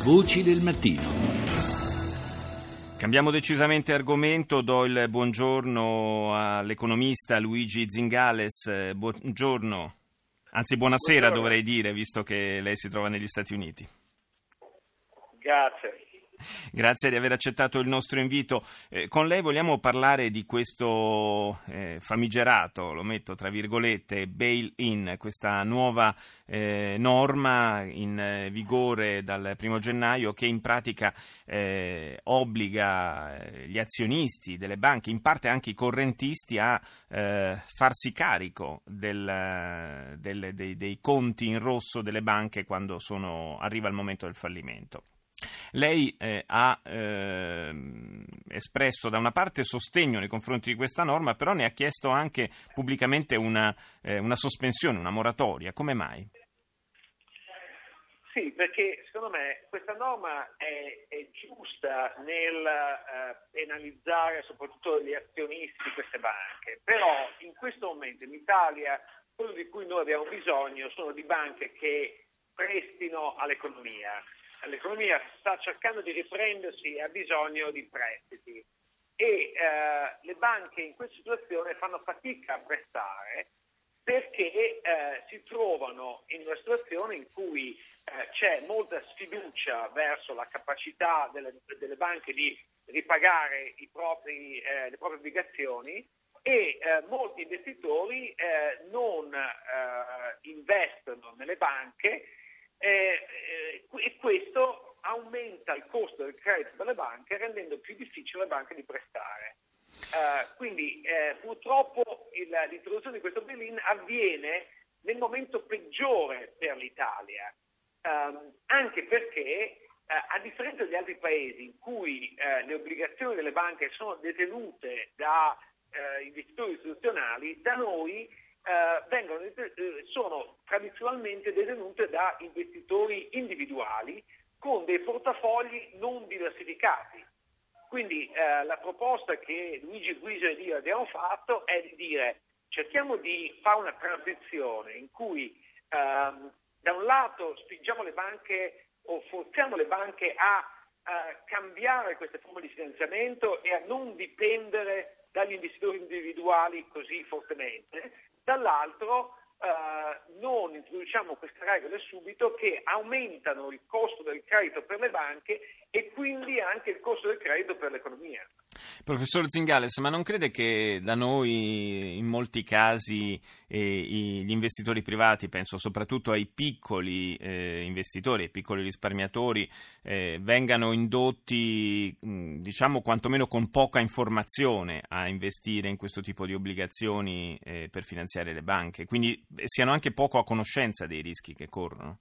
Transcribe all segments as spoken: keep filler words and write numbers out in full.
Voci del mattino. Cambiamo decisamente argomento, do il buongiorno all'economista Luigi Zingales. Buongiorno, anzi buonasera Buongiorno. Dovrei dire, visto che lei si trova negli Stati Uniti. Grazie. Grazie di aver accettato il nostro invito. Eh, con lei vogliamo parlare di questo eh, famigerato, lo metto tra virgolette, bail-in, questa nuova eh, norma in eh, vigore dal primo gennaio che in pratica eh, obbliga eh, gli azionisti delle banche, in parte anche i correntisti, a eh, farsi carico del, del, dei, dei conti in rosso delle banche quando sono, arriva il momento del fallimento. Lei eh, ha eh, espresso da una parte sostegno nei confronti di questa norma, però ne ha chiesto anche pubblicamente una, eh, una sospensione, una moratoria. Come mai? Sì, perché secondo me questa norma è, è giusta nel eh, penalizzare soprattutto gli azionisti di queste banche, però in questo momento in Italia quello di cui noi abbiamo bisogno sono di banche che prestino all'economia. L'economia sta cercando di riprendersi e ha bisogno di prestiti e eh, le banche in questa situazione fanno fatica a prestare perché eh, si trovano in una situazione in cui eh, c'è molta sfiducia verso la capacità delle, delle banche di ripagare i propri, eh, le proprie obbligazioni e eh, molti investitori eh, non eh, investono nelle banche. Eh, eh, e questo aumenta il costo del credito delle banche, rendendo più difficile alle banche di prestare. Uh, quindi eh, purtroppo il, l'introduzione di questo bail-in avviene nel momento peggiore per l'Italia, um, anche perché uh, a differenza degli altri paesi in cui uh, le obbligazioni delle banche sono detenute da uh, investitori istituzionali, da noi Uh, vengono, uh, sono tradizionalmente detenute da investitori individuali con dei portafogli non diversificati. Quindi uh, la proposta che Luigi Guiso ed io abbiamo fatto è di dire cerchiamo di fare una transizione in cui uh, da un lato spingiamo le banche o forziamo le banche a uh, cambiare queste forme di finanziamento e a non dipendere dagli investitori individuali così fortemente. Dall'altro eh, non introduciamo queste regole subito che aumentano il costo del credito per le banche e quindi anche il costo del credito per l'economia. Professor Zingales, ma non crede che da noi in molti casi eh, gli investitori privati, penso soprattutto ai piccoli eh, investitori, ai piccoli risparmiatori, eh, vengano indotti, mh, diciamo quantomeno con poca informazione, a investire in questo tipo di obbligazioni eh, per finanziare le banche, quindi siano anche poco a conoscenza dei rischi che corrono?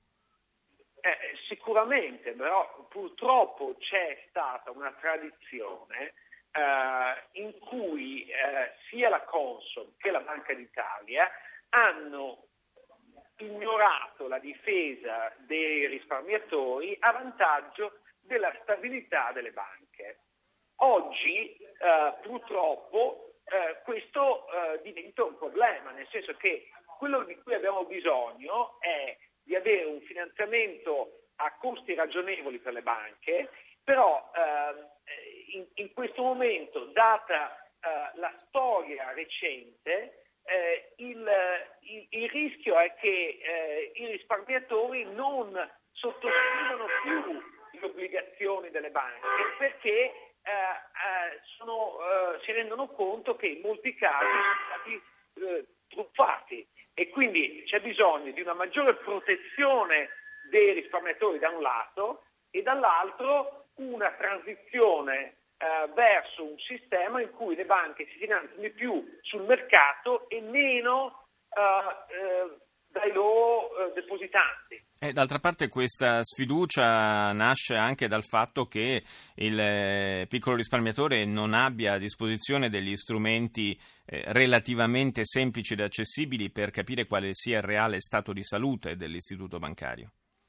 Eh, sicuramente, però purtroppo c'è stata una tradizione Uh, in cui uh, sia la Consob che la Banca d'Italia hanno ignorato la difesa dei risparmiatori a vantaggio della stabilità delle banche. Oggi uh, purtroppo uh, questo uh, diventa un problema, nel senso che quello di cui abbiamo bisogno è di avere un finanziamento a costi ragionevoli per le banche, però uh, In, in questo momento, data uh, la storia recente, eh, il, il, il rischio è che eh, i risparmiatori non sottoscrivono più le obbligazioni delle banche perché eh, eh, sono, eh, si rendono conto che in molti casi sono stati eh, truffati e quindi c'è bisogno di una maggiore protezione dei risparmiatori da un lato e dall'altro una transizione eh, verso un sistema in cui le banche si finanziano di più sul mercato e meno eh, eh, dai loro eh, depositanti. E d'altra parte questa sfiducia nasce anche dal fatto che il eh, piccolo risparmiatore non abbia a disposizione degli strumenti eh, relativamente semplici ed accessibili per capire quale sia il reale stato di salute dell'istituto bancario.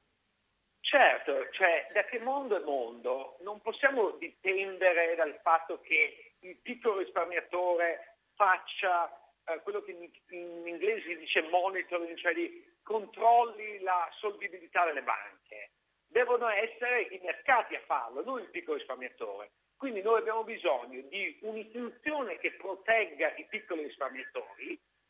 Certo, cioè da che mondo è mondo non possiamo dipendere dal fatto che il piccolo risparmiatore faccia eh, quello che in, in inglese si dice monitoring, cioè di controlli la solvibilità delle banche. devono essere i mercati a farlo, non il piccolo risparmiatore. Quindi noi abbiamo bisogno di un'istituzione che protegga i piccoli risparmiatori,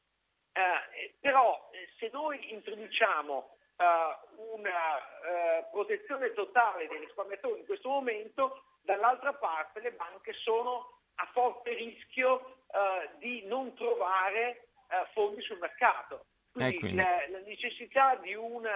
eh, però se noi introduciamo uh, una uh, protezione totale dei risparmiatori in questo momento, dall'altra parte le banche sono a forte rischio uh, di non trovare uh, fondi sul mercato. Quindi, quindi. La, la necessità di un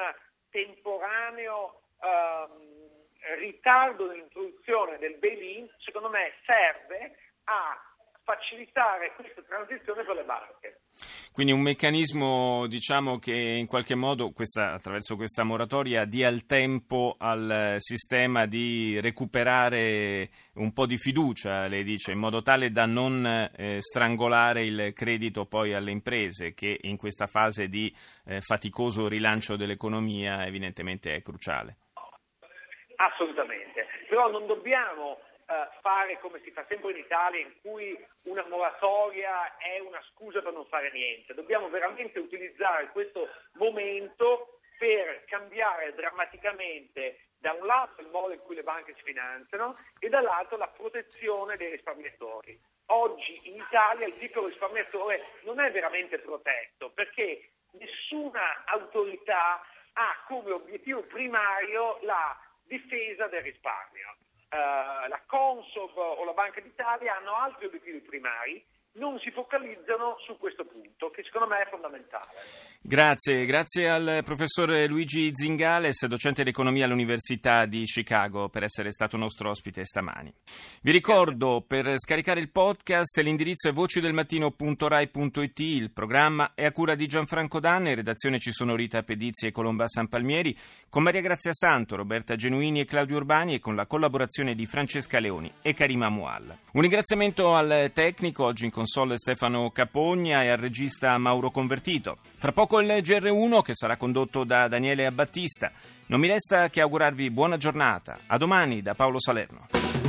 temporaneo uh, ritardo nell'introduzione del bail-in, secondo me, serve a facilitare questa transizione per le banche. Quindi un meccanismo, diciamo, che in qualche modo questa, attraverso questa moratoria dia il tempo al sistema di recuperare un po' di fiducia, lei dice, in modo tale da non eh, strangolare il credito poi alle imprese, che in questa fase di eh, faticoso rilancio dell'economia evidentemente è cruciale. Assolutamente, però non dobbiamo uh, fare come si fa sempre in Italia, in cui una moratoria è una scusa per non fare niente. Dobbiamo veramente utilizzare questo momento per cambiare drammaticamente da un lato il modo in cui le banche si finanziano e dall'altro la protezione dei risparmiatori. Oggi in Italia il piccolo risparmiatore non è veramente protetto perché nessuna autorità ha come obiettivo primario la difesa del risparmio. Uh, la Consob o la Banca d'Italia hanno altri obiettivi primari, non si focalizzano su questo punto, che secondo me è fondamentale. Grazie, grazie al professor Luigi Zingales, docente di economia all'Università di Chicago, per essere stato nostro ospite stamani. Vi ricordo, per scaricare il podcast, l'indirizzo è vocidelmattino punto rai punto it, il programma è a cura di Gianfranco Danne, in redazione ci sono Rita Pedizzi e Colomba Sanpalmieri, con Maria Grazia Santo, Roberta Genuini e Claudio Urbani e con la collaborazione di Francesca Leoni e Karima Mual. Un ringraziamento al tecnico, oggi in console Stefano Capogna, e al regista Mauro Convertito. Fra poco il G R uno che sarà condotto da Daniele Battista. Non mi resta che augurarvi buona giornata. A domani da Paolo Salerno.